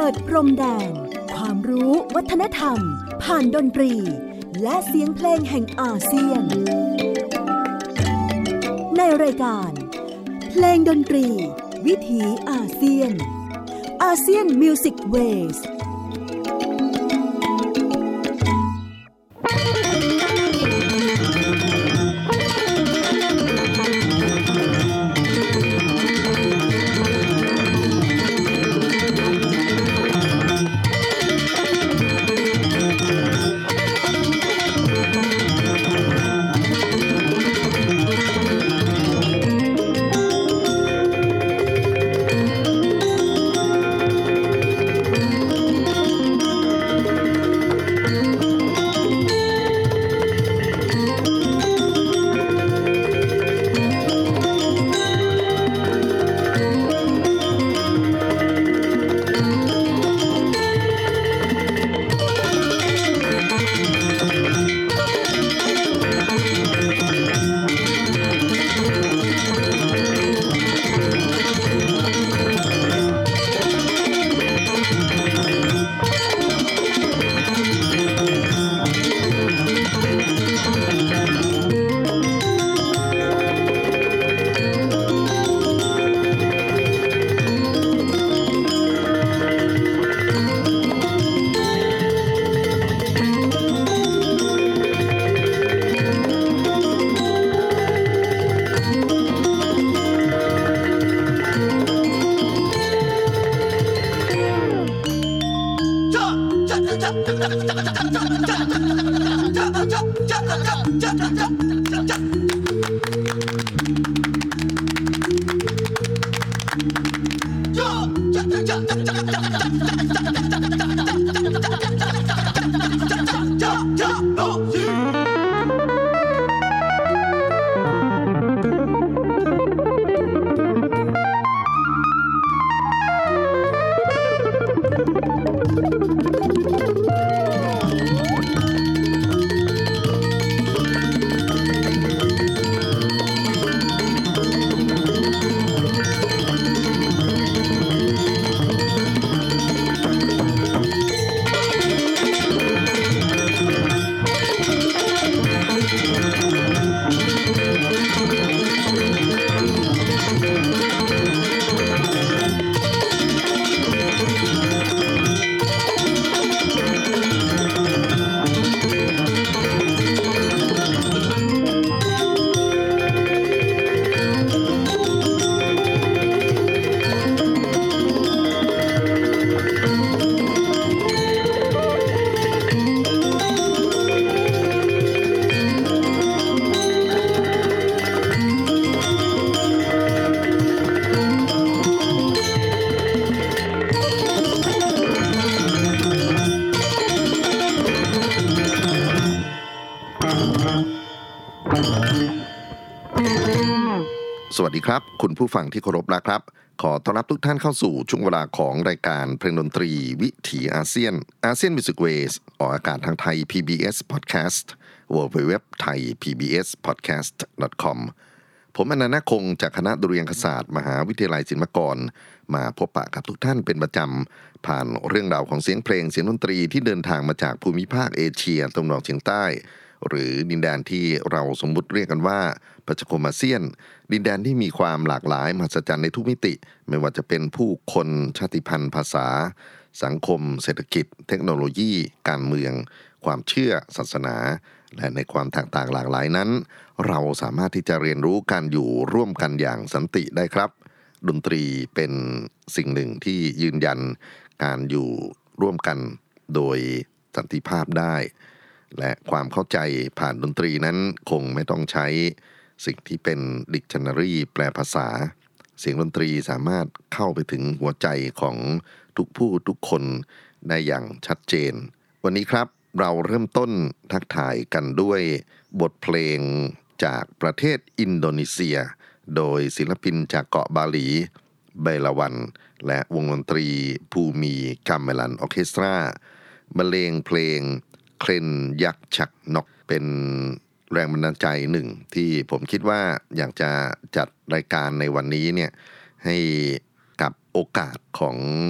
ดพรมแดนความรู้วัฒนธรรมผ่านดนตรีและเสียงเพลงแห่งอาเซียนในรายการเพลงดนตรีวิถีอาเซียนอาเซียนมิวสิกเวสสวัสดีครับคุณผู้ฟังที่เคารพนะครับขอต้อนรับทุกท่านเข้าสู่ช่วงเวลาของรายการเพลงดนตรีวิถีอาเซียนอาเซียนมิวสิกเวสออกอากาศทางไทย PBS Podcast www.thaipbspodcast.com ผมอนันต์ คงจากคณะดุริยางคศาสตร์มหาวิทยาลัยศิลปากรมาพบปะกับทุกท่านเป็นประจำผ่านเรื่องราวของเสียงเพลงเสียงดนตรีที่เดินทางมาจากภูมิภาคเอเชียตะวันออกเฉียงใต้หรือดินแดนที่เราสมมุติเรียกกันว่าประชาคมอาเซียนดินแดนที่มีความหลากหลายมหัศจรรย์ในทุกมิติไม่ว่าจะเป็นผู้คนชาติพันธุ์ภาษาสังคมเศรษฐกิจเทคโนโลยีการเมืองความเชื่อศาสนาและในความแตกต่างหลากหลายนั้นเราสามารถที่จะเรียนรู้การอยู่ร่วมกันอย่างสันติได้ครับดนตรีเป็นสิ่งหนึ่งที่ยืนยันการอยู่ร่วมกันโดยสันติภาพได้และความเข้าใจผ่านดนตรีนั้นคงไม่ต้องใช้สิ่งที่เป็น dictionary แปลภาษาเสียงดนตรีสามารถเข้าไปถึงหัวใจของทุกผู้ทุกคนได้อย่างชัดเจนวันนี้ครับเราเริ่มต้นทักทายกันด้วยบทเพลงจากประเทศอินโดนีเซียโดยศิลปินจากเกาะบาหลีเบลาวันและวงดนตรีภูมิกัมเมลันออร์เคสตราบรรเลงเพลงเคลนยักษ์ชักนกเป็นแรงบันดาลใจหนึ่งที่ผมคิดว่าอยากจะจัดรายการในวันนี้เนี่ยให้กับโอกาสของ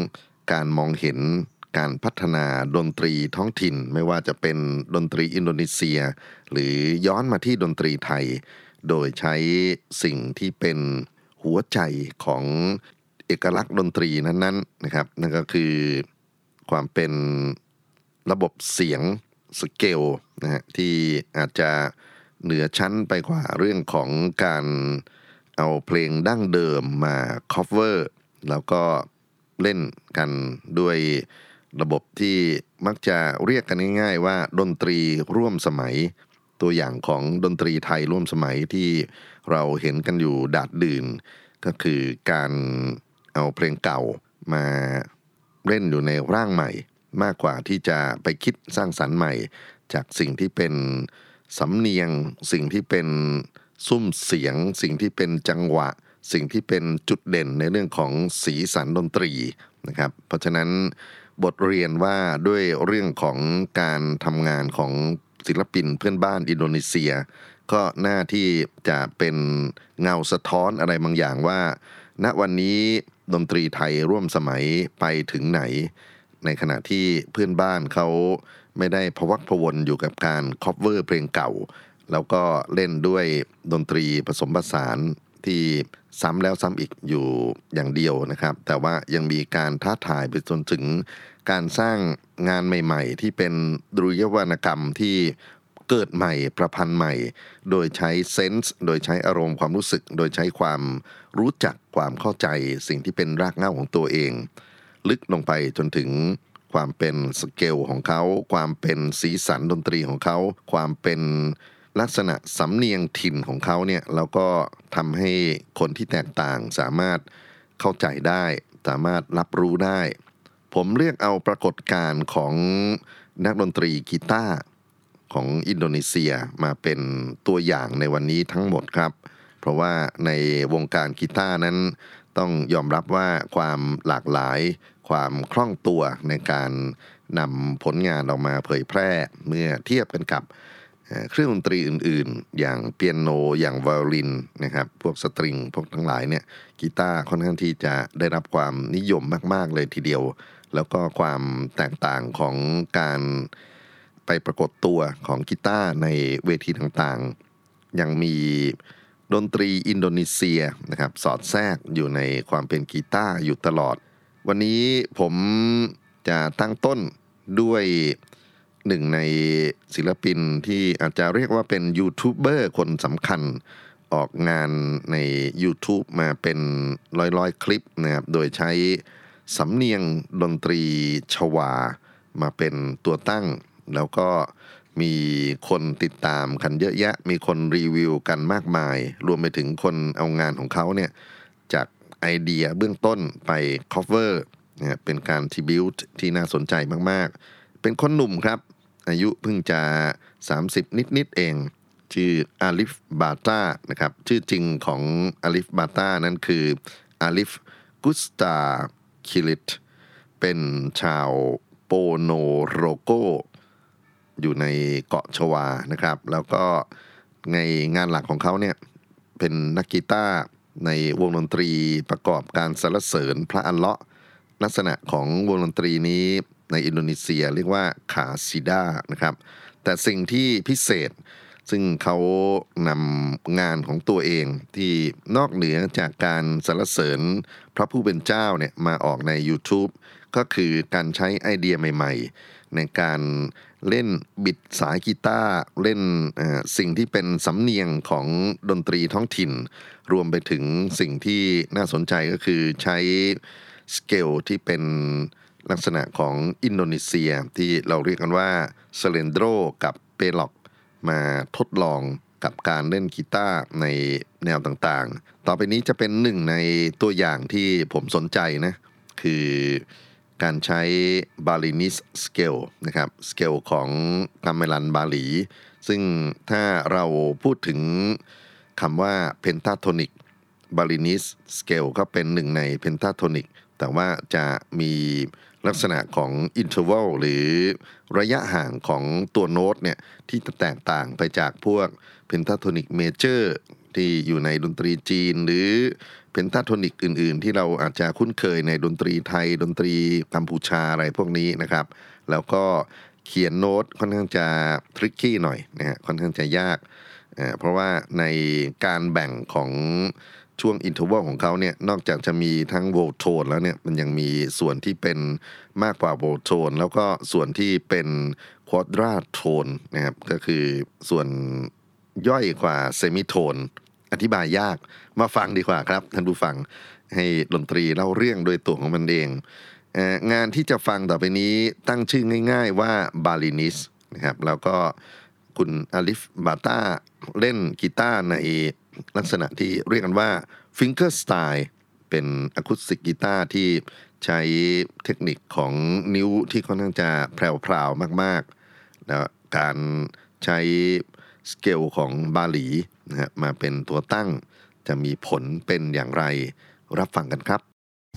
การมองเห็นการพัฒนาดนตรีท้องถิ่นไม่ว่าจะเป็นดนตรีอินโดนีเซียหรือย้อนมาที่ดนตรีไทยโดยใช้สิ่งที่เป็นหัวใจของเอกลักษณ์ดนตรีนั้นๆนะครับนั่นก็คือความเป็นระบบเสียงสเกลนะฮะที่อาจจะเหนือชั้นไปกว่าเรื่องของการเอาเพลงดั้งเดิมมา cover แล้วก็เล่นกันด้วยระบบที่มักจะเรียกกันง่ายๆว่าดนตรีร่วมสมัยตัวอย่างของดนตรีไทยร่วมสมัยที่เราเห็นกันอยู่ดาดดื่นก็คือการเอาเพลงเก่ามาเล่นอยู่ในร่างใหม่มากกว่าที่จะไปคิดสร้างสรรค์ใหม่จากสิ่งที่เป็นสำเนียงสิ่งที่เป็นซุ้มเสียงสิ่งที่เป็นจังหวะสิ่งที่เป็นจุดเด่นในเรื่องของสีสันดนตรีนะครับเพราะฉะนั้นบทเรียนว่าด้วยเรื่องของการทำงานของศิลปินเพื่อนบ้านอินโดนีเซียก็น่าที่จะเป็นเงาสะท้อนอะไรบางอย่างว่าณวันนี้ดนตรีไทยร่วมสมัยไปถึงไหนในขณะที่เพื่อนบ้านเขาไม่ได้พวักพวนอยู่กับการคอฟเวอร์เพลงเก่าแล้วก็เล่นด้วยดนตรีผสมผสานที่ซ้ำแล้วซ้ำอีกอยู่อย่างเดียวนะครับแต่ว่ายังมีการท้าทายไปจนถึงการสร้างงานใหม่ๆที่เป็นดุริยวรรณกรรมที่เกิดใหม่ประพันธ์ใหม่โดยใช้เซนส์โดยใช้อารมณ์ความรู้สึกโดยใช้ความรู้จักความเข้าใจสิ่งที่เป็นรากเหง้าของตัวเองลึกลงไปจนถึงความเป็นสเกลของเขาความเป็นสีสันดนตรีของเขาความเป็นลักษณะสำเนียงถิ่นของเขาเนี่ยแล้วก็ทำให้คนที่แตกต่างสามารถเข้าใจได้สามารถรับรู้ได้ผมเรียกเอาปรากฏการณ์ของนักดนตรีกีตาร์ของอินโดนีเซียมาเป็นตัวอย่างในวันนี้ทั้งหมดครับเพราะว่าในวงการกีตาร์นั้นต้องยอมรับว่าความหลากหลายความคล่องตัวในการนำผลงานออกมาเผยแพร่เมื่อเทียบกันกับเครื่องดนตรีอื่นๆอย่างเปียโนอย่างไวโอลินนะครับพวกสตริงพวกทั้งหลายเนี่ยกีตาร์ค่อนข้างที่จะได้รับความนิยมมากๆเลยทีเดียวแล้วก็ความแตกต่างของการไปปรากฏตัวของกีตาร์ในเวทีต่างๆยังมีดนตรีอินโดนีเซียนะครับสอดแทรกอยู่ในความเป็นกีตาร์อยู่ตลอดวันนี้ผมจะตั้งต้นด้วยหนึ่งในศิลปินที่อาจจะเรียกว่าเป็นยูทูบเบอร์คนสำคัญออกงานใน YouTube มาเป็นร้อยๆคลิปนะครับโดยใช้สำเนียงดนตรีชวามาเป็นตัวตั้งแล้วก็มีคนติดตามกันเยอะแยะมีคนรีวิวกันมากมายรวมไปถึงคนเอางานของเขาเนี่ยจากไอเดียเบื้องต้นไป cover นะเป็นการทริบิวต์ที่น่าสนใจมากๆเป็นคนหนุ่มครับอายุเพิ่งจะ30นิดๆเองชื่ออาลิฟบาตานะครับชื่อจริงของอาลิฟบาตานั้นคืออาลิฟกุสตาคิลิตเป็นชาวโปโนโรโกอยู่ในเกาะชวานะครับแล้วก็ในงานหลักของเขาเนี่ยเป็นนักกีตาร์ในวงดนตรีประกอบการสรรเสริญพระอัลเลาะห์ลักษณะของวงดนตรีนี้ในอินโดนีเซียเรียกว่าคาซิดานะครับแต่สิ่งที่พิเศษซึ่งเขานำงานของตัวเองที่นอกเหนือจากการสรรเสริญพระผู้เป็นเจ้าเนี่ยมาออกใน YouTube ก็คือการใช้ไอเดียใหม่ๆในการเล่นบิดสายกีตาร์เล่นสิ่งที่เป็นสำเนียงของดนตรีท้องถิ่นรวมไปถึงสิ่งที่น่าสนใจก็คือใช้สเกลที่เป็นลักษณะของอินโดนีเซียที่เราเรียกกันว่าเซเลนโดรกับเปล็อกมาทดลองกับการเล่นกีตาร์ในแนวต่างๆต่อไปนี้จะเป็นหนึ่งในตัวอย่างที่ผมสนใจนะคือการใช้บาลินิสสเกลนะครับสเกลของกัมเมลันบาลีซึ่งถ้าเราพูดถึงคำว่าเพนทาโทนิกบาลินิสสเกลก็เป็นหนึ่งในเพนทาโทนิกแต่ว่าจะมีลักษณะของอินเทอร์วัลหรือระยะห่างของตัวโน้ตเนี่ยที่แตกต่างไปจากพวกเพนทาโทนิกเมเจอร์ที่อยู่ในดนตรีจีนหรือเพนทาโทนิกอื่นๆที่เราอาจจะคุ้นเคยในดนตรีไทยดนตรีกัมพูชาอะไรพวกนี้นะครับแล้วก็เขียนโน้ตค่อนข้างจะทริกกี้หน่อยนะฮะค่อนข้างจะยากเพราะว่าในการแบ่งของช่วงอินเทอร์วัลของเขาเนี่ยนอกจากจะมีทั้งโวลโทนแล้วเนี่ยมันยังมีส่วนที่เป็นมากกว่าโวลโทนแล้วก็ส่วนที่เป็นควอดราโทนนะครับก็คือส่วนย่อยกว่าเซมิโทนอธิบายยากมาฟังดีกว่าครับท่านผู้ฟังให้ดนตรีเล่าเรื่องโดยตัวของมันเองงานที่จะฟังต่อไปนี้ตั้งชื่อง่ายๆว่าบาลินิสนะครับแล้วก็คุณอาลิฟบาต้าเล่นกีตาร์ในลักษณะที่เรียกกันว่าฟิงเกอร์สไตล์เป็นอะคูสติกกีตาร์ที่ใช้เทคนิคของนิ้วที่ค่อนข้างจะแพรวๆมากๆแล้วการใช้สเกลของบาหลีนะฮะมาเป็นตัวตั้งจะมีผลเป็นอย่างไรรับฟังกันครับ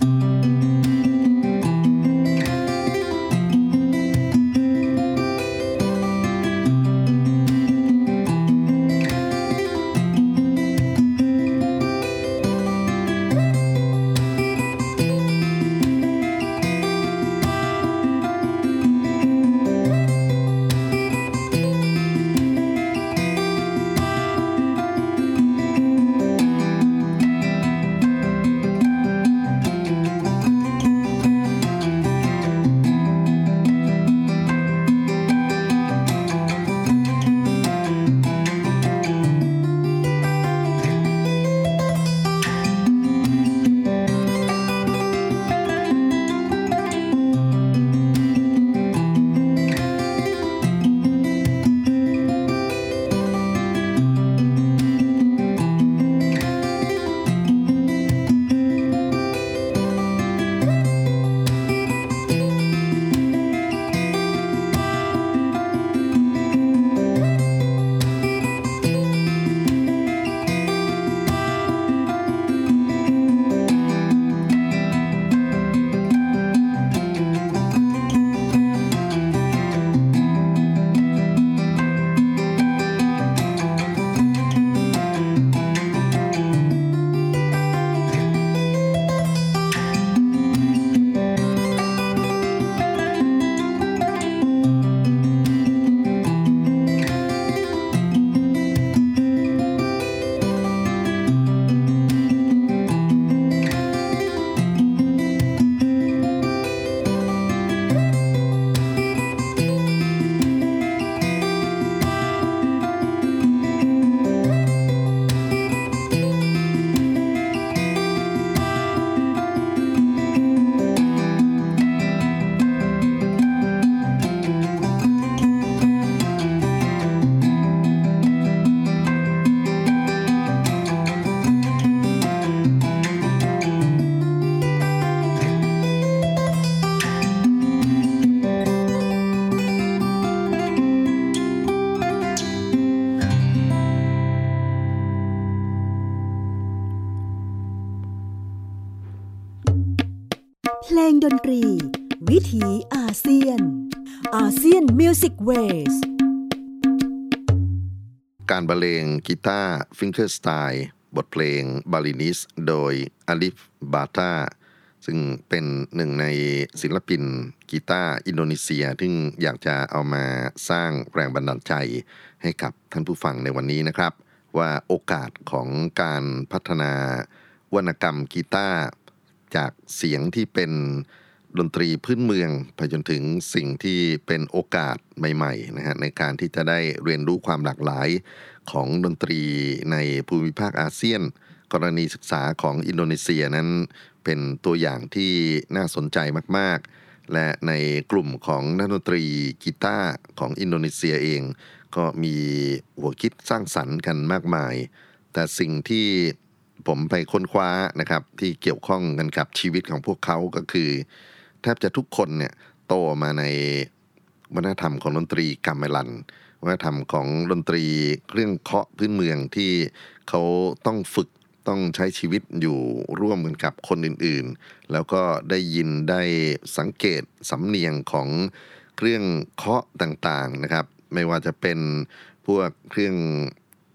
เพลงดนตรีวิถีอาเซียนอาเซียนมิวสิกเวสการบรรเลงกีตาร์ฟิงเกอร์สไตล์บทเพลงบาลินิสโดยอาลิฟบาตาซึ่งเป็นหนึ่งในศิลปินกีตาร์อินโดนีเซียที่อยากจะเอามาสร้างแรงบันดาลใจให้กับท่านผู้ฟังในวันนี้นะครับว่าโอกาสของการพัฒนาวรรณกรรมกีตาร์จากเสียงที่เป็นดนตรีพื้นเมืองไปจนถึงสิ่งที่เป็นโอกาสใหม่ๆนะฮะในการที่จะได้เรียนรู้ความหลากหลายของดนตรีในภูมิภาคอาเซียนกรณีศึกษาของอินโดนีเซียนั้นเป็นตัวอย่างที่น่าสนใจมากๆและในกลุ่มของนักดนตรีกีตาร์ของอินโดนีเซียเองก็มีหัวคิดสร้างสรรค์กันมากมายแต่สิ่งที่ผมไปค้นคว้านะครับที่เกี่ยวข้องกันกับชีวิตของพวกเขาก็คือแทบจะทุกคนเนี่ยโตมาในวัฒนธรรมของดนตรีกัมเมลันวัฒนธรรมของดนตรีเครื่องเคาะพื้นเมืองที่เขาต้องฝึกต้องใช้ชีวิตอยู่ร่วมกันกับคนอื่นๆแล้วก็ได้ยินได้สังเกตสำเนียงของเครื่องเคาะต่างๆนะครับไม่ว่าจะเป็นพวกเครื่อง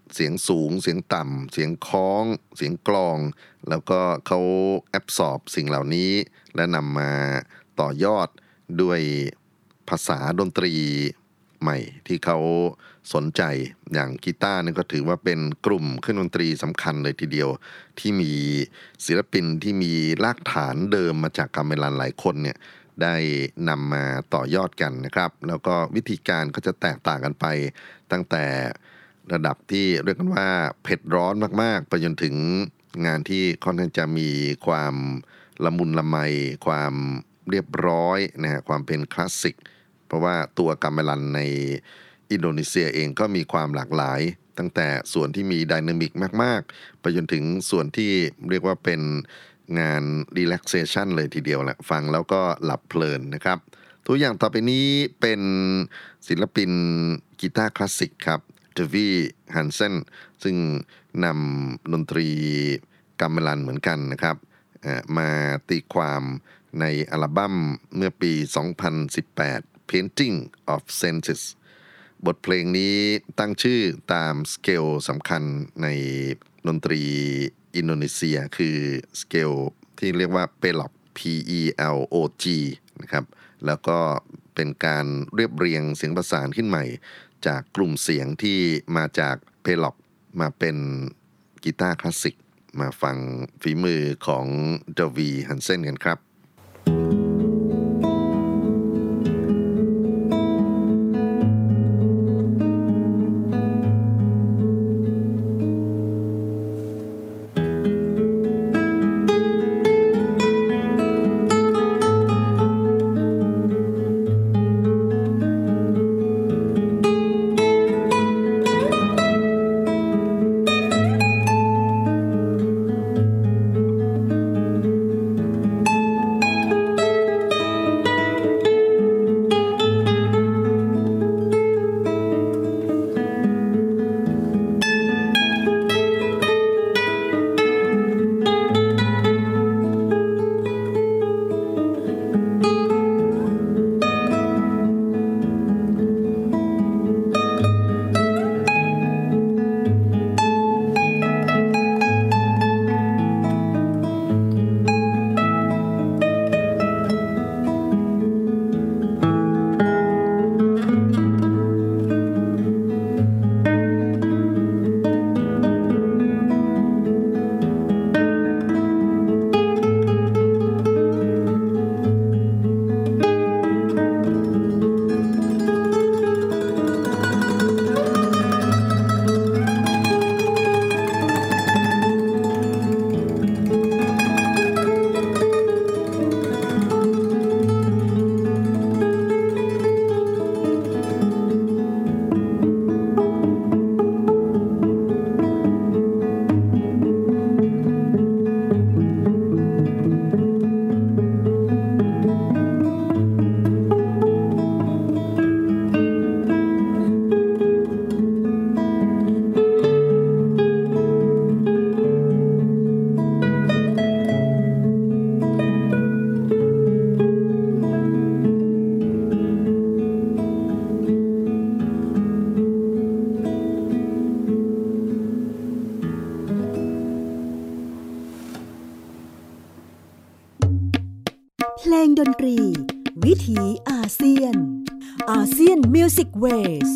เสียงสูงเสียงต่ำเสียงค้องเสียงกลองแล้วก็เขาแอบสอบสิ่งเหล่านี้และนำมาต่อยอดด้วยภาษาดนตรีใหม่ที่เขาสนใจอย่างกีตาร์นี่ก็ถือว่าเป็นกลุ่มเครื่องดนตรีสำคัญเลยทีเดียวที่มีศิลปินที่มีรากฐานเดิมมาจากกาเมลันหลายคนเนี่ยได้นำมาต่อยอดกันนะครับแล้วก็วิธีการก็จะแตกต่างกันไปตั้งแต่ระดับที่เรียกกันว่าเผ็ดร้อนมากๆไปจนถึงงานที่ค่อนข้างจะมีความละมุนละไมความเรียบร้อยนะฮะความเป็นคลาสสิกเพราะว่าตัวกาเมลันในอินโดนีเซียเองก็มีความหลากหลายตั้งแต่ส่วนที่มีไดนามิกมากๆไปจนถึงส่วนที่เรียกว่าเป็นงานรีแลกเซชันเลยทีเดียวแหละฟังแล้วก็หลับเพลินนะครับตัวอย่างต่อไปนี้เป็นศิลปินกีตาร์คลาสสิกครับเดวีฮันเซนซึ่งนำดนตรีกาเมลันเหมือนกันนะครับมาตีความในอัลบั้มเมื่อปี 2018 Painting of Senses บทเพลงนี้ตั้งชื่อตามสเกลสำคัญในดนตรีอินโดนีเซียคือสเกลที่เรียกว่า Pelog P-E-L-O-G นะครับแล้วก็เป็นการเรียบเรียงเสียงประสานขึ้นใหม่จากกลุ่มเสียงที่มาจาก Pelog มาเป็นกีตาร์คลาสสิกมาฟังฝีมือของเดวีฮันเซนกันครับเพลงดนตรีวิถีอาเซียนอาเซียนมิวสิกเวส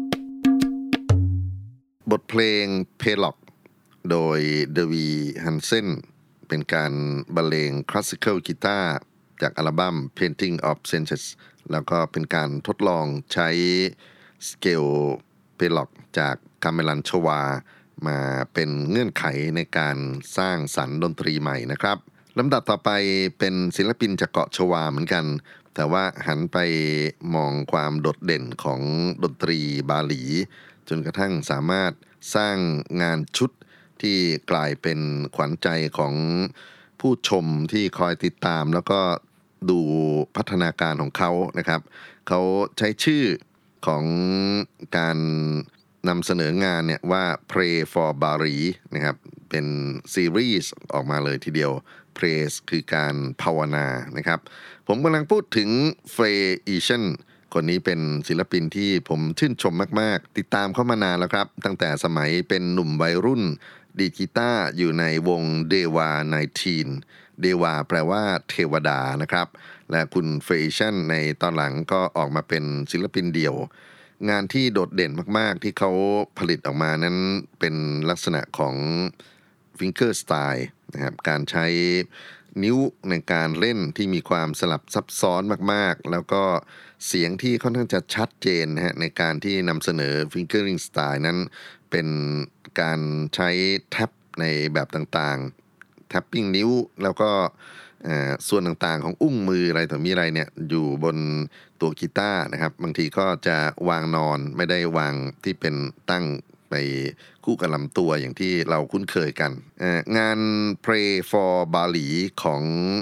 บทเพลง Pelog โดยเดวีฮันเซนเป็นการบรรเลงคลาสสิคอลกีตาร์จากอัลบั้ม Painting of Senses แล้วก็เป็นการทดลองใช้สเกล Pelog จากกาเมลันชวามาเป็นเงื่อนไขในการสร้างสรรค์ดนตรีใหม่นะครับลำดับต่อไปเป็นศิลปินจากเกาะชวาเหมือนกันแต่ว่าหันไปมองความโดดเด่นของดนตรีบาหลีจนกระทั่งสามารถสร้างงานชุดที่กลายเป็นขวัญใจของผู้ชมที่คอยติดตามแล้วก็ดูพัฒนาการของเขานะครับเขาใช้ชื่อของการนำเสนองานเนี่ยว่า Pray for Bali นะครับเป็นซีรีส์ออกมาเลยทีเดียว Praise คือการภาวนานะครับผมกำลังพูดถึงเฟรย์อีเชนคนนี้เป็นศิลปินที่ผมชื่นชมมากๆติดตามเขามานานแล้วครับตั้งแต่สมัยเป็นหนุ่มวัยรุ่นดีดกีตาร์อยู่ในวงเดวา19เดวาแปลว่าเทวดานะครับและคุณเฟชั่นในตอนหลังก็ออกมาเป็นศิลปินเดี่ยวงานที่โดดเด่นมากๆที่เขาผลิตออกมานั้นเป็นลักษณะของฟิงเกอร์สไตล์นะครับการใช้นิ้วในการเล่นที่มีความสลับซับซ้อนมากๆแล้วก็เสียงที่ค่อนข้างจะชัดเจนนะฮะในการที่นำเสนอ Fingering Style นั้นเป็นการใช้แท็บในแบบต่างๆแท็ปปิ้งนิ้วแล้วก็ส่วนต่างๆของอุ้งมืออะไรต่อมีอะไรเนี่ยอยู่บนตัวกีตาร์นะครับบางทีก็จะวางนอนไม่ได้วางที่เป็นตั้งไปคู่กับลำตัวอย่างที่เราคุ้นเคยกันงาน Pray for Bali ของ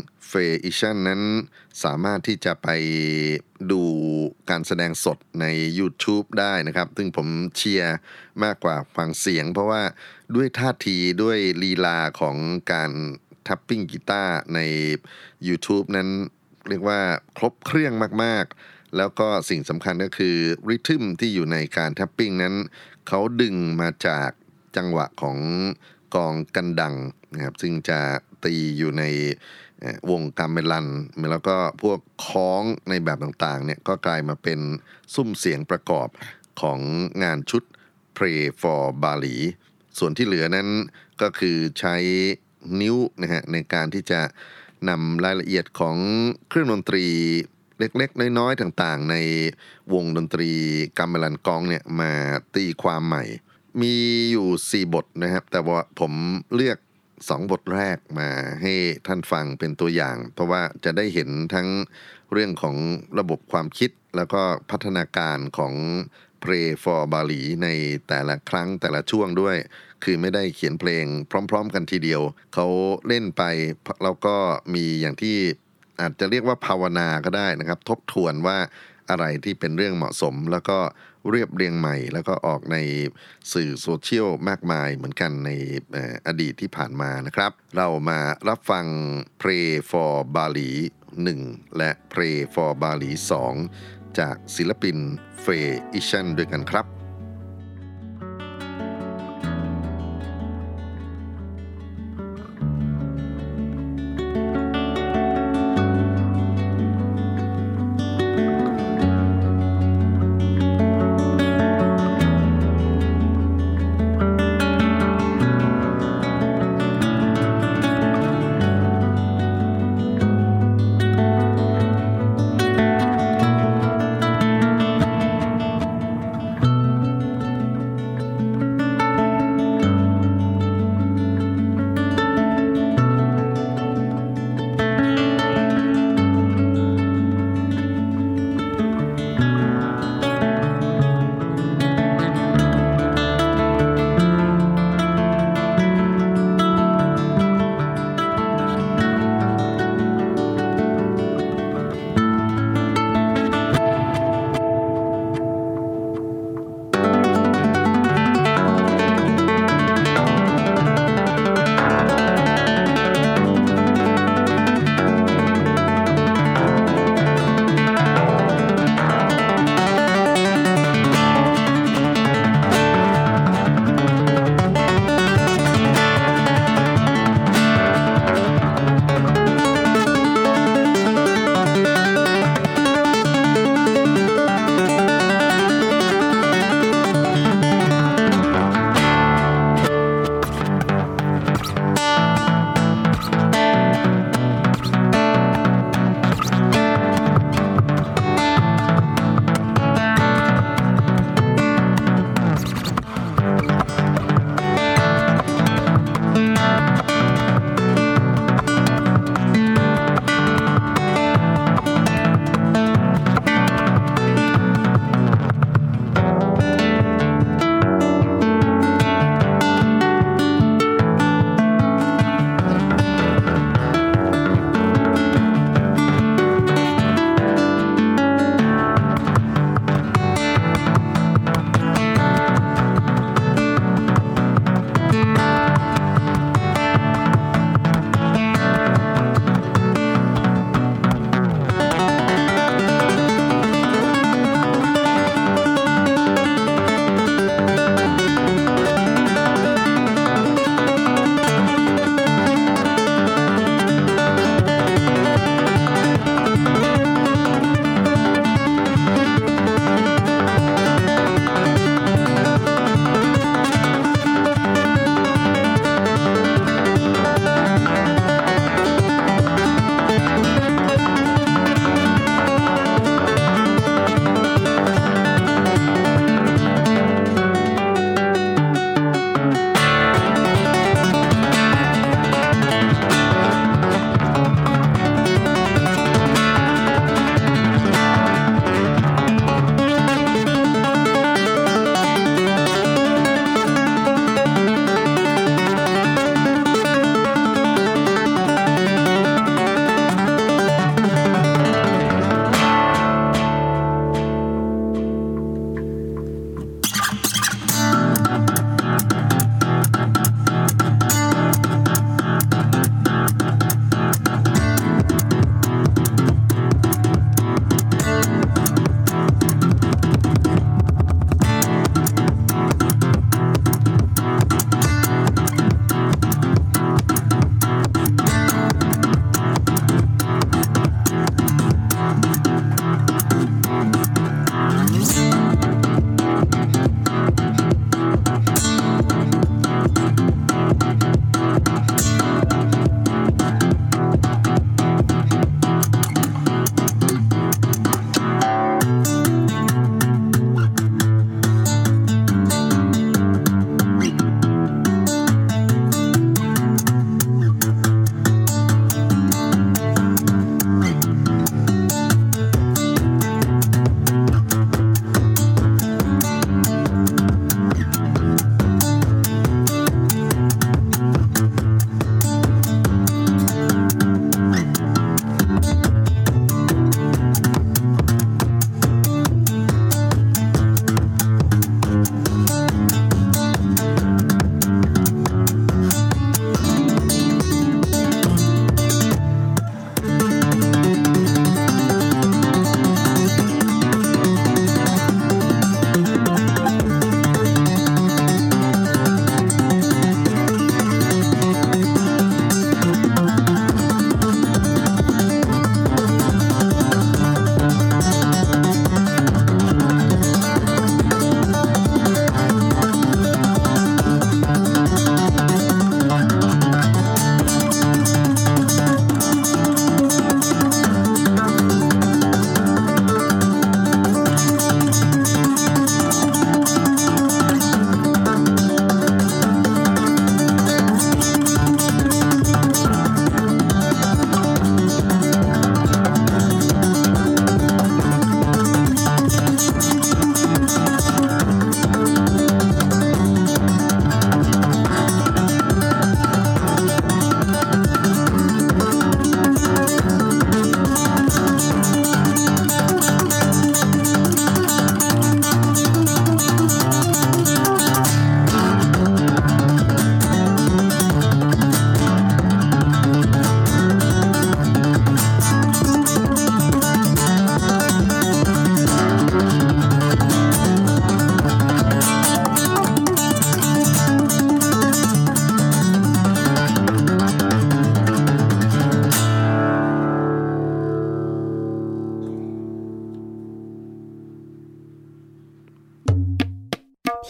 Feishan นั้นสามารถที่จะไปดูการแสดงสดใน YouTube ได้นะครับซึ่งผมเชียร์มากกว่าฟังเสียงเพราะว่าด้วยท่าทีด้วยลีลาของการทัปปิ้งกีตาร์ใน YouTube นั้นเรียกว่าครบเครื่องมากๆแล้วก็สิ่งสำคัญก็คือริทึมที่อยู่ในการทัปปิ้งนั้นเขาดึงมาจากจังหวะของกองกันดังนะครับซึ่งจะตีอยู่ในวงกาเมลันแล้วก็พวกคล้องในแบบต่างๆเนี่ยก็กลายมาเป็นซุ้มเสียงประกอบของงานชุด Pray for Bali ส่วนที่เหลือนั้นก็คือใช้นิ้วนะฮะในการที่จะนำรายละเอียดของเครื่องดนตรีเล็กๆน้อยๆต่างๆในวงดนตรีกัมเมลันกองเนี่ยมาตีความใหม่มีอยู่4บทนะครับแต่ว่าผมเลือก2บทแรกมาให้ท่านฟังเป็นตัวอย่างเพราะว่าจะได้เห็นทั้งเรื่องของระบบความคิดแล้วก็พัฒนาการของ Pray for Bali ในแต่ละครั้งแต่ละช่วงด้วยคือไม่ได้เขียนเพลงพร้อมๆกันทีเดียวเขาเล่นไปแล้วก็มีอย่างที่อาจจะเรียกว่าภาวนาก็ได้นะครับทบทวนว่าอะไรที่เป็นเรื่องเหมาะสมแล้วก็เรียบเรียงใหม่แล้วก็ออกในสื่อโซเชียลมากมายเหมือนกันในอดีตที่ผ่านมานะครับเรามารับฟัง Pray for Bali 1 และ Pray for Bali 2 จากศิลปินเฟอิชันด้วยกันครับ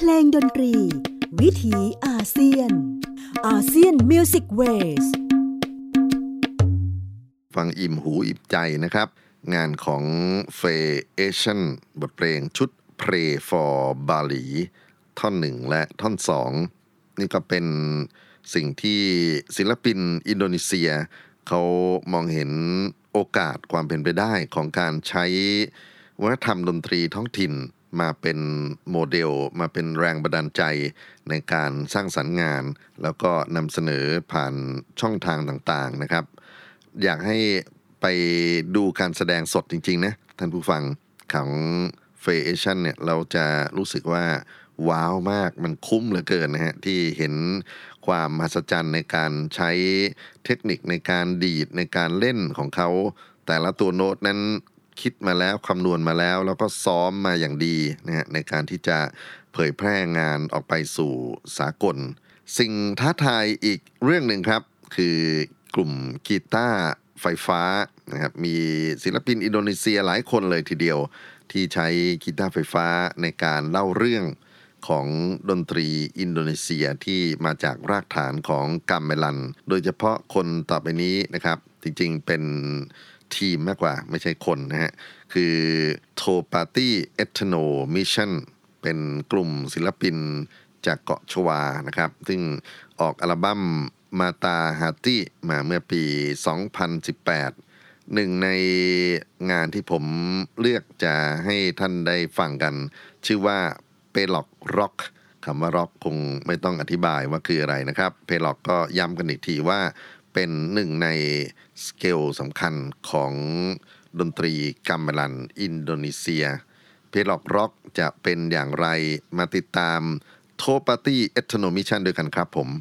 ลงดนตรีวิถีอาเซียนอาเซียนมิวสิกเวสฟังอิ่มหูอิ่มใจนะครับงานของเฟเอชั่นบทเพลงชุด Pray for Bali ท่อน1และท่อน2นี่ก็เป็นสิ่งที่ศิลปินอินโดนีเซียเขามองเห็นโอกาสความเป็นไปได้ของการใช้วัฒนธรรมดนตรีท้องถิ่นมาเป็นโมเดลมาเป็นแรงบันดาลใจในการสร้างสรรค์งานแล้วก็นำเสนอผ่านช่องทางต่างๆนะครับอยากให้ไปดูการแสดงสดจริงๆนะท่านผู้ฟังของเฟเอชั่นเนี่ยเราจะรู้สึกว่าว้าวมากมันคุ้มเหลือเกินนะฮะที่เห็นความมหัศจรรย์ในการใช้เทคนิคในการดีดในการเล่นของเขาแต่ละตัวโน้ตนั้นคิดมาแล้วคำนวณมาแล้วแล้วก็ซ้อมมาอย่างดีนะฮะในการที่จะเผยแพร่งานออกไปสู่สากลสิ่งท้าทายอีกเรื่องหนึ่งครับคือกลุ่มกีตาร์ไฟฟ้านะครับมีศิลปินอินโดนีเซียหลายคนเลยทีเดียวที่ใช้กีตาร์ไฟฟ้าในการเล่าเรื่องของดนตรีอินโดนีเซียที่มาจากรากฐานของกัมเมลันโดยเฉพาะคนต่อไปนี้นะครับจริงๆเป็นทีมมากกว่าไม่ใช่คนนะฮะคือโทปาตี้เอทโนมิชชั่นเป็นกลุ่มศิลปินจากเกาะชวานะครับซึ่งออกอัลบั้มมาตาฮาติมาเมื่อปี 2018 หนึ่งในงานที่ผมเลือกจะให้ท่านได้ฟังกันชื่อว่าเพล็อกร็อกคำว่าร็อกคงไม่ต้องอธิบายว่าคืออะไรนะครับเพล็อกก็ย้ำกันอีกทีว่าเป็นหนึ่งในสเกลสำคัญของดนตรีกัมเมลันอินโดนีเซียเพล็อกร็อกจะเป็นอย่างไรมาติดตามโทปาตี้เอทโนมิชชั่นด้วยกันครับผม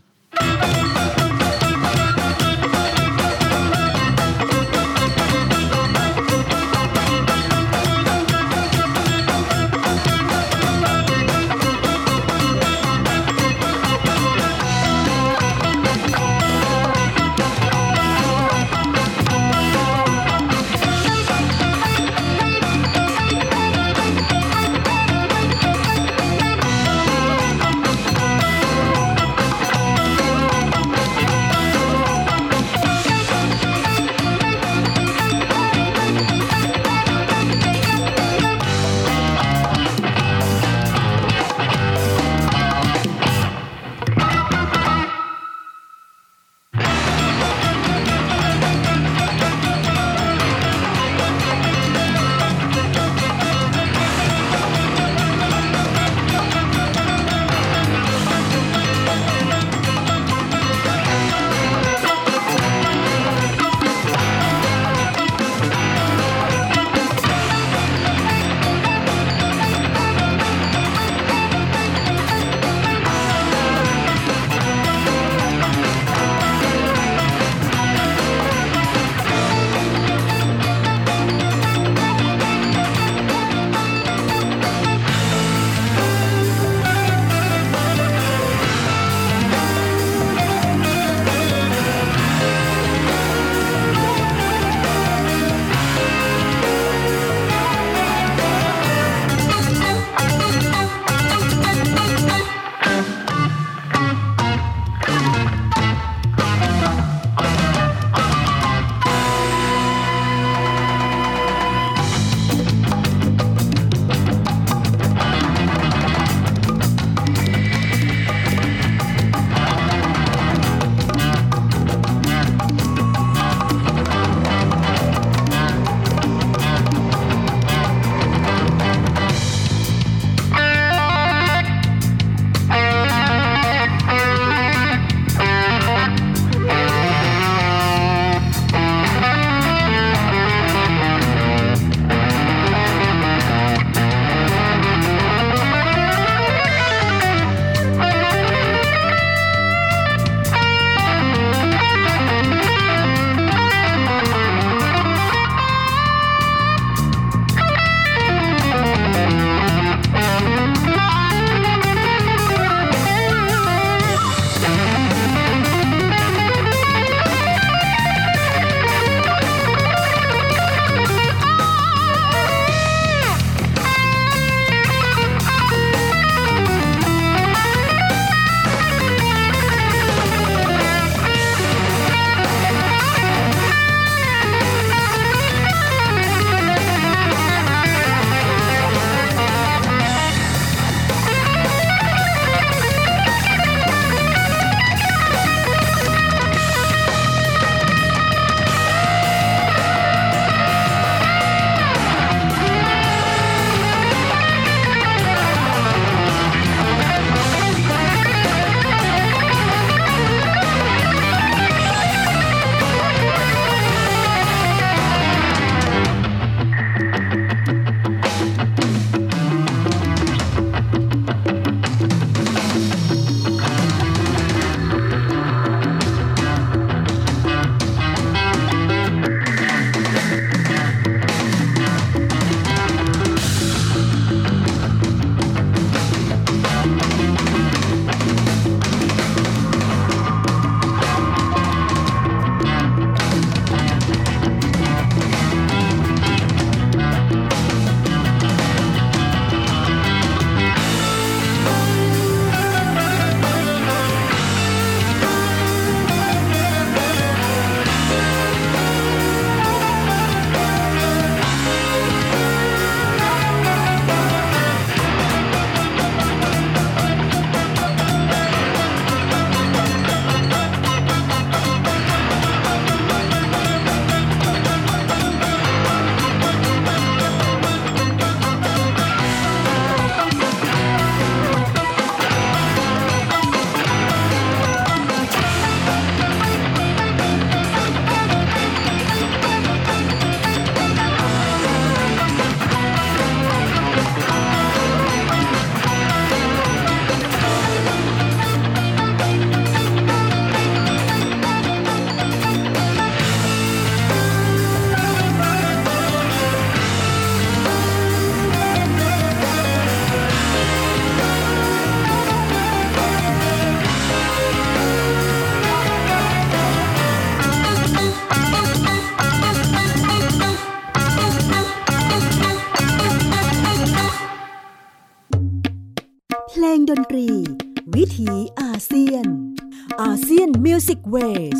อาเซียนมิวสิกเวส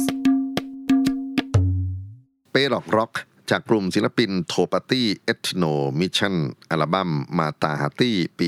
เปร็อกร็อกจากกลุ่มศิลปินโทปาตี้เอทโนมิชชั่นอัลบั้มมาตาฮาตี้ปี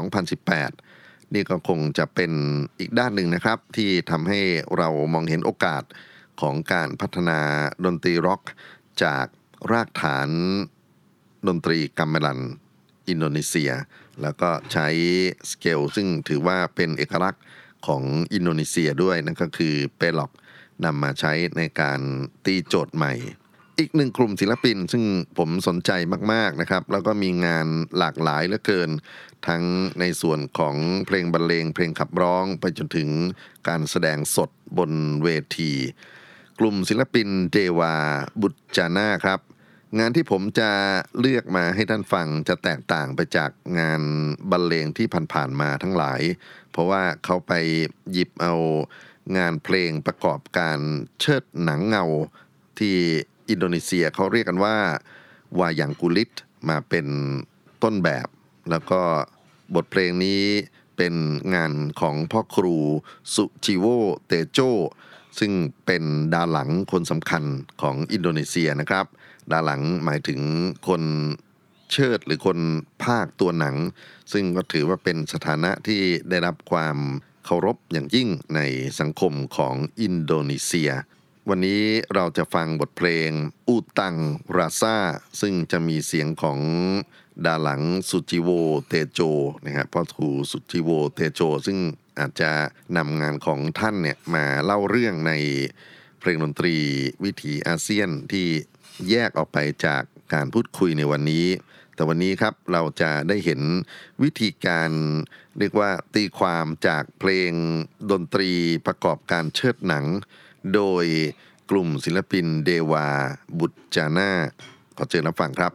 2018 นี่ก็คงจะเป็นอีกด้านหนึ่งนะครับที่ทำให้เรามองเห็นโอกาสของการพัฒนาดนตรีร็อกจากรากฐานดนตรีกัมเมลันอินโดนีเซียแล้วก็ใช้สเกลซึ่งถือว่าเป็นเอกลักษณ์ของอินโดนีเซียด้วยนั่นก็คือเปร็อกนำมาใช้ในการตีโจทย์ใหม่อีกหนึ่งกลุ่มศิลปินซึ่งผมสนใจมากๆนะครับแล้วก็มีงานหลากหลายเหลือเกินทั้งในส่วนของเพลงบรรเลงเพลงขับร้องไปจนถึงการแสดงสดบนเวทีกลุ่มศิลปินเดวาบุตจาน่าครับงานที่ผมจะเลือกมาให้ท่านฟังจะแตกต่างไปจากงานบรรเลงที่ผ่านๆมาทั้งหลายเพราะว่าเขาไปหยิบเอางานเพลงประกอบการเชิดหนังเงาที่อินโดนีเซียเขาเรียกกันว่าวายังกุลิตมาเป็นต้นแบบแล้วก็บทเพลงนี้เป็นงานของพ่อครูสุจิโวเตโจซึ่งเป็นดาหลังคนสำคัญของอินโดนีเซียนะครับดาหลังหมายถึงคนเชิดหรือคนพากย์ตัวหนังซึ่งก็ถือว่าเป็นสถานะที่ได้รับความเคารพอย่างยิ่งในสังคมของอินโดนีเซียวันนี้เราจะฟังบทเพลงอูตังราซาซึ่งจะมีเสียงของดาหลังสุจิโวเตโจนะครับพ่อครูสุจิโวเตโจซึ่งอาจจะนำงานของท่านเนี่ยมาเล่าเรื่องในเพลงดนตรีวิถีอาเซียนที่แยกออกไปจากการพูดคุยในวันนี้แต่วันนี้ครับเราจะได้เห็นวิธีการเรียกว่าตีความจากเพลงดนตรีประกอบการเชิดหนังโดยกลุ่มศิลปินเดวาบุตจาน่าขอเชิญรับฟังครับ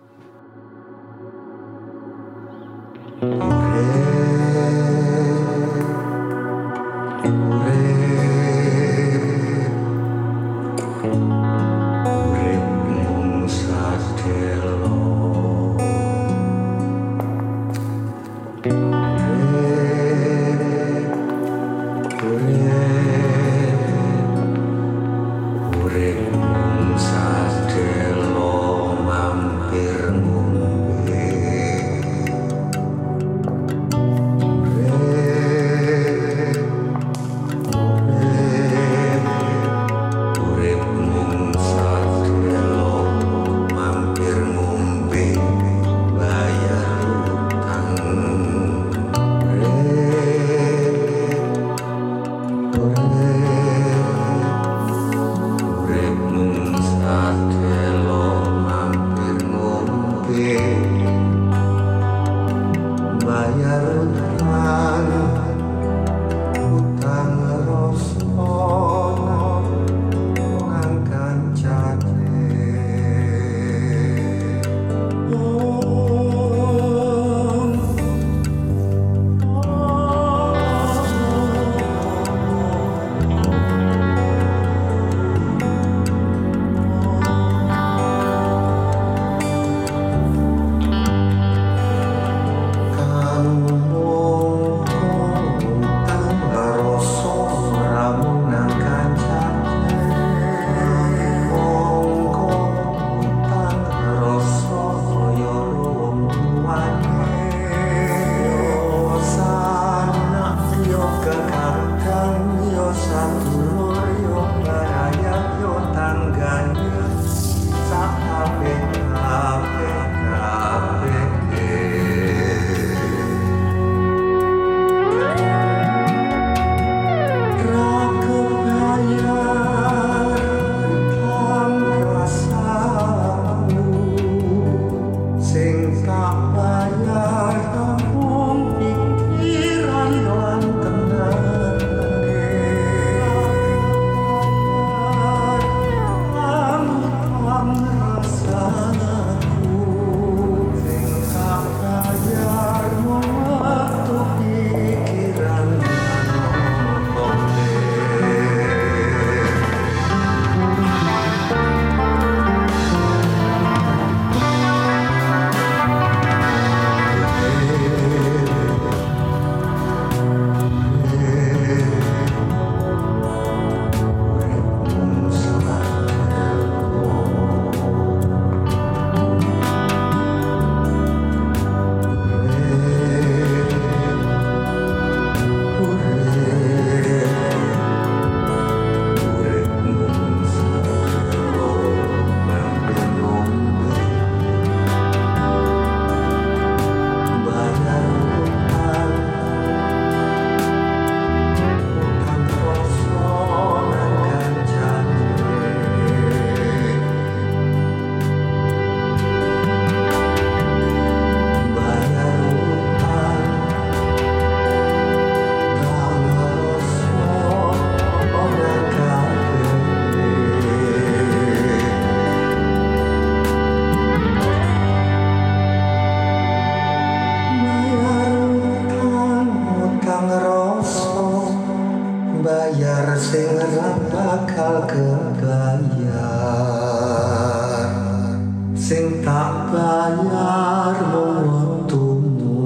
bayar mung wektumu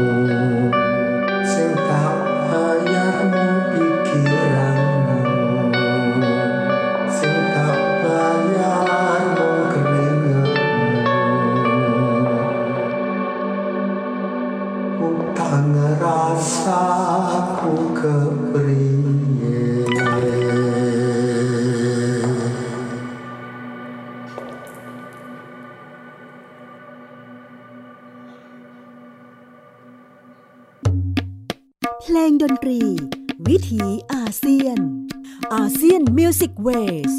sing tak bayar mung pikiranmu sing tak bayar mung keringetmu utang rasaku kepriye เพลงดนตรีวิถีอาเซียนอาเซียนมิวสิกเวส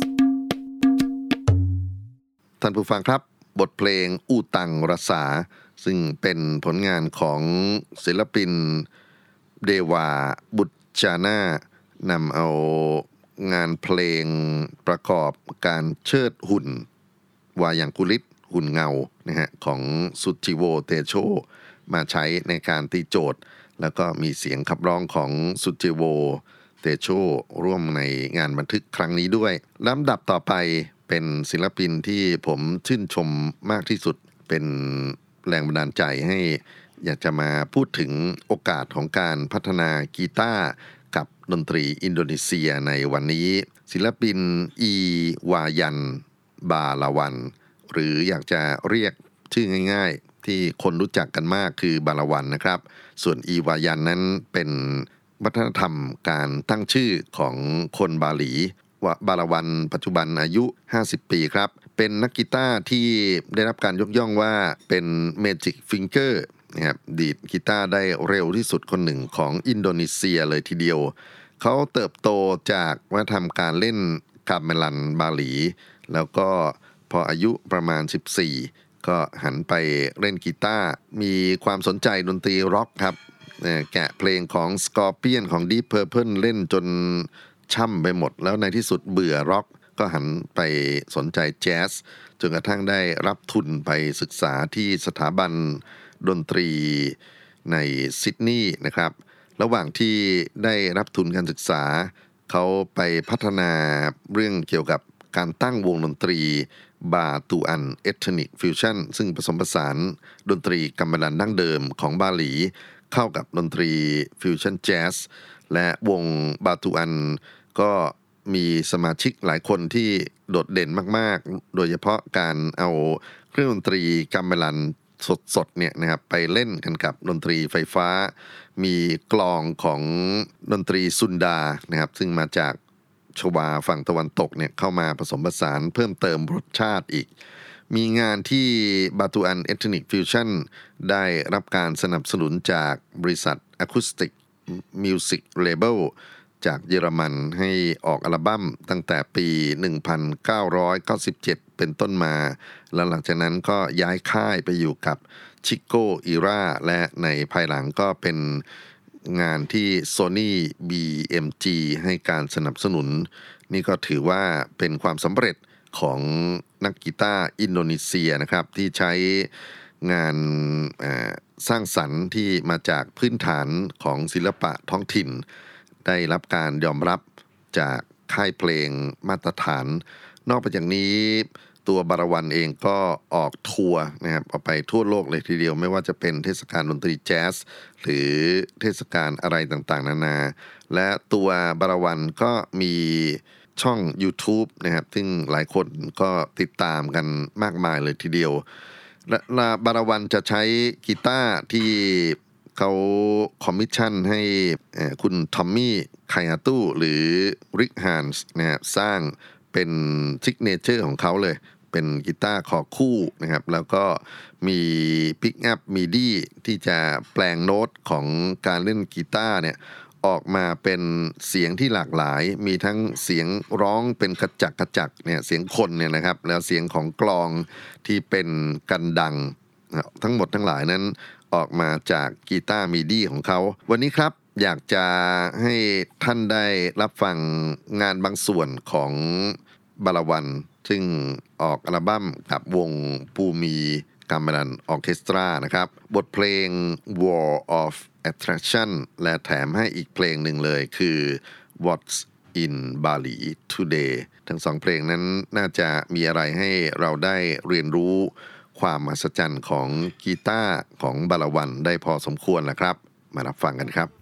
ท่านผู้ฟังครับบทเพลงอูตังรัสาซึ่งเป็นผลงานของศิลปินเดวาบุตจานานำเอางานเพลงประกอบการเชิดหุ่นวายังกุลิตหุ่นเงานะฮะของสุจิโวเตโชมาใช้ในการตีโจทย์แล้วก็มีเสียงขับร้องของสุจิโวเตโชร่วมในงานบันทึกครั้งนี้ด้วยลำดับต่อไปเป็นศิลปินที่ผมชื่นชมมากที่สุดเป็นแรงบันดาลใจให้อยากจะมาพูดถึงโอกาสของการพัฒนากีตาร์กับดนตรีอินโดนีเซียในวันนี้ศิลปินอีวายันบาลาวันหรืออยากจะเรียกชื่อง่ายๆที่คนรู้จักกันมากคือบาลาวันนะครับส่วนอีวายันนั้นเป็นวัฒนธรรมการตั้งชื่อของคนบาหลีบาลาวันปัจจุบันอายุ50ปีครับเป็นนักกีตาร์ที่ได้รับการยกย่องว่าเป็นเมจิกฟิงเกอร์นะครับดีดกีตาร์ได้เร็วที่สุดคนหนึ่งของอินโดนีเซียเลยทีเดียวเขาเติบโตจากวัฒนธรรมการเล่นกาเมลันบาหลีแล้วก็พออายุประมาณ14ก็หันไปเล่นกีตาร์มีความสนใจดนตรีร็อกครับแกะเพลงของ Scorpion ของ Deep Purple เล่นจนช่ำไปหมดแล้วในที่สุดเบื่อร็อกก็หันไปสนใจแจ๊สจนกระทั่งได้รับทุนไปศึกษาที่สถาบันดนตรีในซิดนีย์นะครับระหว่างที่ได้รับทุนการศึกษาเขาไปพัฒนาเรื่องเกี่ยวกับการตั้งวงดนตรีบาตูอันเอทนิกฟิวชั่นซึ่งผสมผสานดนตรีกัมพูชาดั้งเดิมของบาหลีเข้ากับดนตรีฟิวชั่นแจ๊สและวงบาตูอันก็มีสมาชิกหลายคนที่โดดเด่นมากๆโดยเฉพาะการเอาเครื่องดนตรีกัมพูชาสดๆเนี่ยนะครับไปเล่นกันกับดนตรีไฟฟ้ามีกลองของดนตรีซุนดานะครับซึ่งมาจากชวาฝั่งตะวันตกเนี่ยเข้ามาผสมผสานเพิ่มเติมรสชาติอีกมีงานที่บาตูอันเอทนิกฟิวชั่นได้รับการสนับสนุนจากบริษัทอะคูสติกมิวสิกเลเบลจากเยอรมันให้ออกอัลบั้มตั้งแต่ปี 1997 เป็นต้นมาแล้วหลังจากนั้นก็ย้ายค่ายไปอยู่กับชิโกอีราและในภายหลังก็เป็นงานที่ Sony BMG ให้การสนับสนุนนี่ก็ถือว่าเป็นความสำเร็จของนักกีตาร์อินโดนีเซียนะครับที่ใช้งานสร้างสรรค์ที่มาจากพื้นฐานของศิลปะท้องถิ่นได้รับการยอมรับจากค่ายเพลงมาตรฐานนอกจากนี้ตัวบารวันเองก็ออกทัวร์นะครับออกไปทั่วโลกเลยทีเดียวไม่ว่าจะเป็นเทศกาลดนตรีแจ๊สหรือเทศกาลอะไรต่างๆนานาและตัวบารวันก็มีช่อง YouTube นะครับซึ่งหลายคนก็ติดตามกันมากมายเลยทีเดียวและบารวันจะใช้กีตาร์ที่เขาคอมมิชชั่นให้คุณทอมมี่ไคอาตูหรือริกฮานส์นะครับสร้างเป็นซิกเนเจอร์ของเขาเลยเป็นกีตาร์คอคู่นะครับแล้วก็มีพิกอัพมิดี้ที่จะแปลงโน้ตของการเล่นกีตาร์เนี่ยออกมาเป็นเสียงที่หลากหลายมีทั้งเสียงร้องเป็นกระจักเนี่ยเสียงคนเนี่ยนะครับแล้วเสียงของกลองที่เป็นกันดังทั้งหมดทั้งหลายนั้นออกมาจากกีตาร์มิดี้ของเขาวันนี้ครับอยากจะให้ท่านได้รับฟังงานบางส่วนของบารวันซึ่งออกอัลบั้มกับวงปูมีกัมพูชาออร์เคสตรานะครับบทเพลง War of Attraction และแถมให้อีกเพลงหนึ่งเลยคือ What's in Bali Today ทั้งสองเพลงนั้นน่าจะมีอะไรให้เราได้เรียนรู้ความมหัศจรรย์ของกีตาร์ของบาลวันได้พอสมควรแล้วครับมารับฟังกันครับ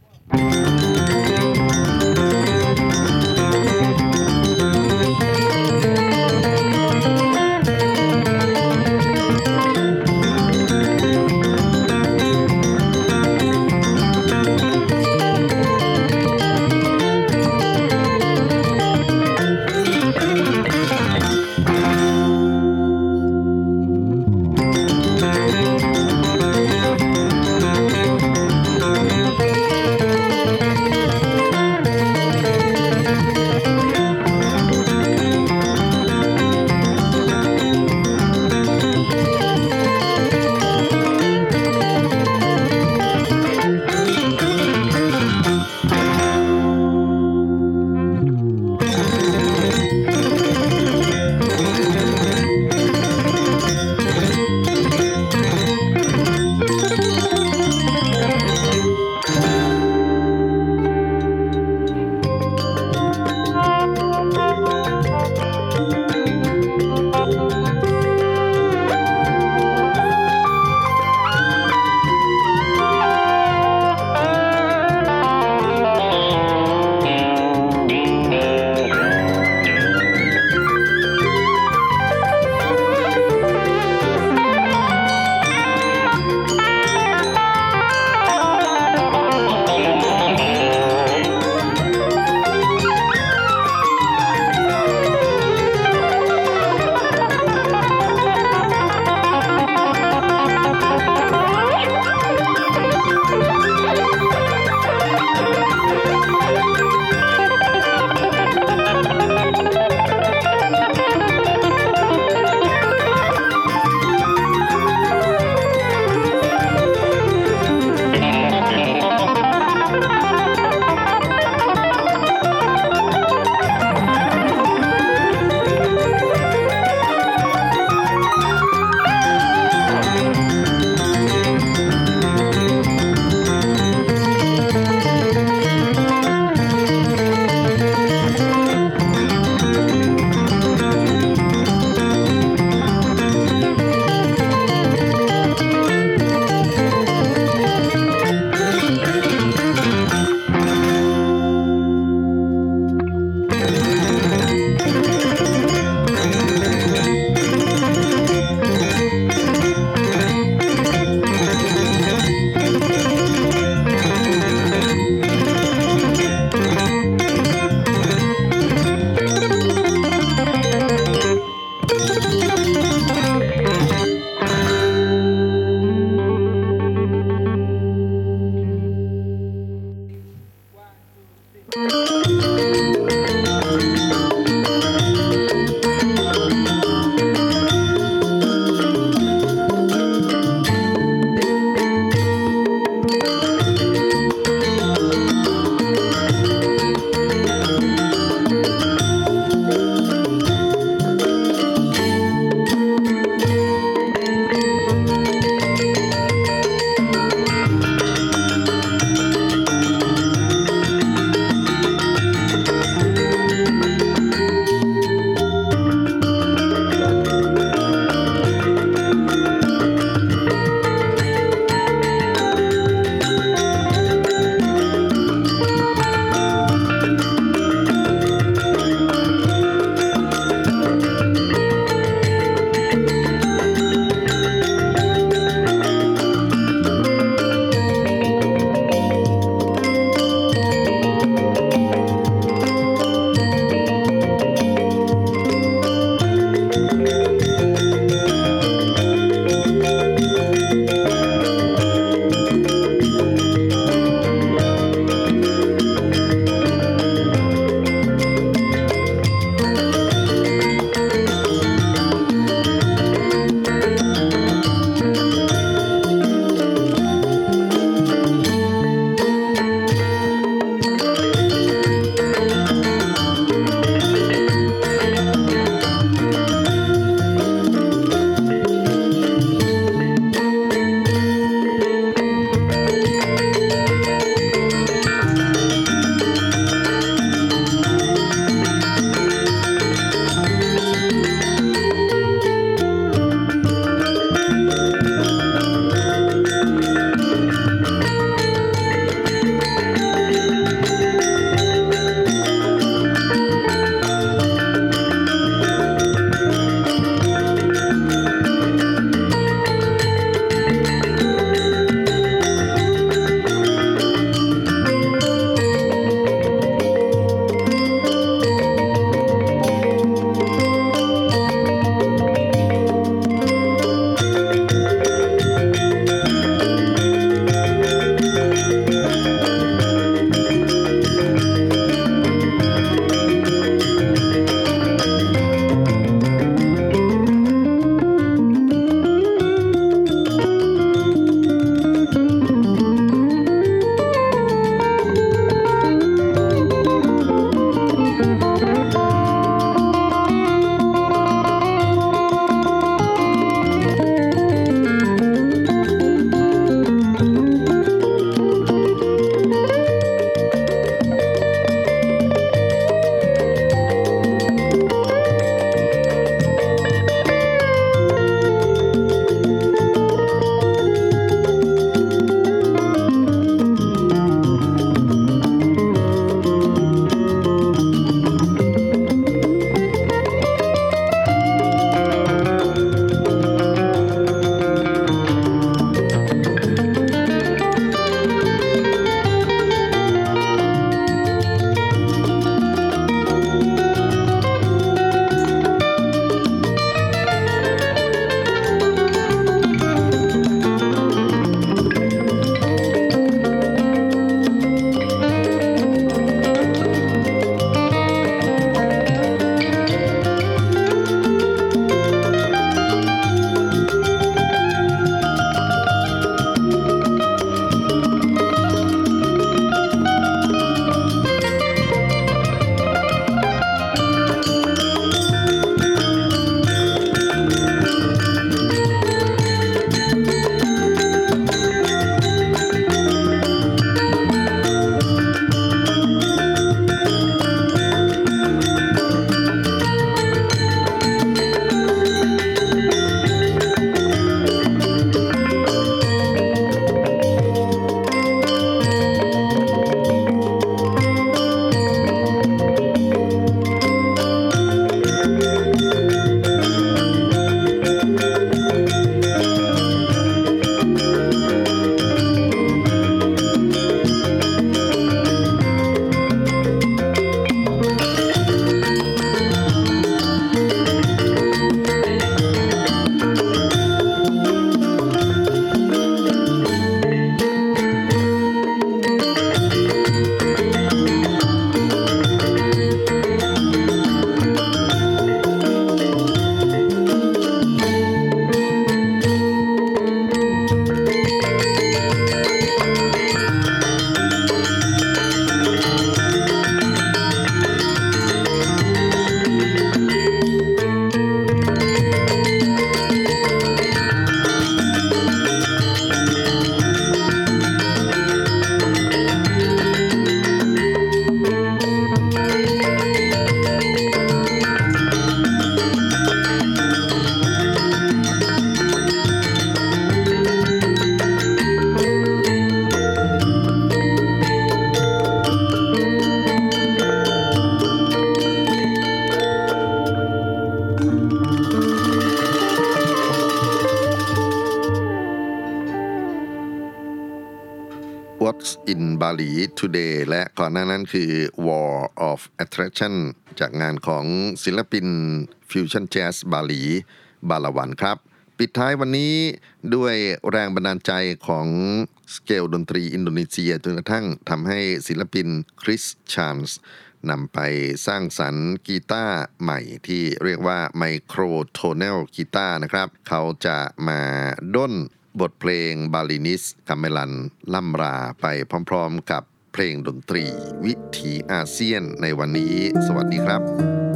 What's in Bali Today และก่อนหน้านั้นคือ War of Attraction จากงานของศิลปิน Fusion Jazz บาหลีบาลาวันครับปิดท้ายวันนี้ด้วยแรงบันดาลใจของสเกลดนตรีอินโดนีเซียจนกระทั่งทำให้ศิลปินคริสชาร์ลส์นำไปสร้างสรรค์กีตาร์ใหม่ที่เรียกว่าไมโครโทเนลกีตาร์นะครับเขาจะมาด้นบทเพลงบาลินิสกัมเมลันล่ำราไปพร้อมๆกับเพลงดนตรีวิถีอาเซียนในวันนี้สวัสดีครับ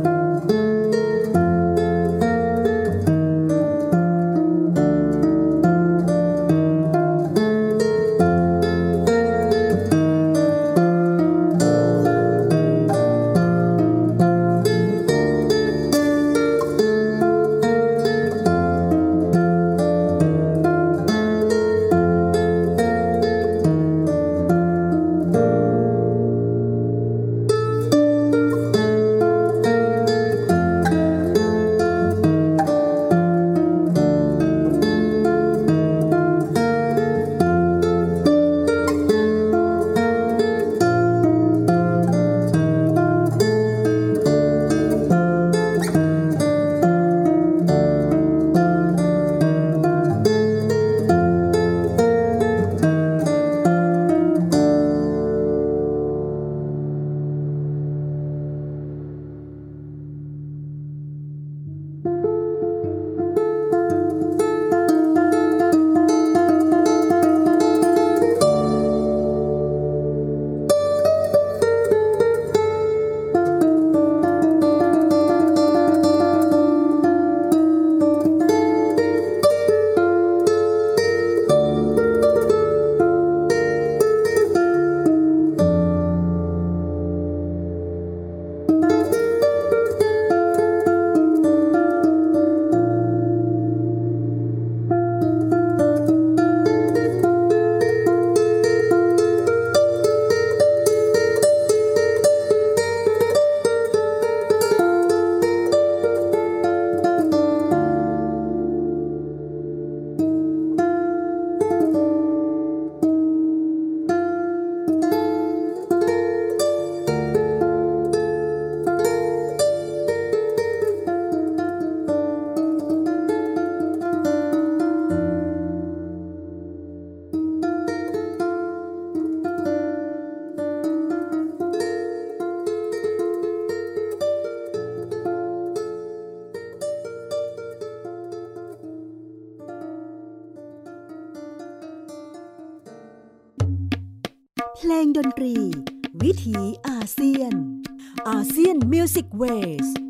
เพลงดนตรีวิถีอาเซียนอาเซียนมิวสิกเวส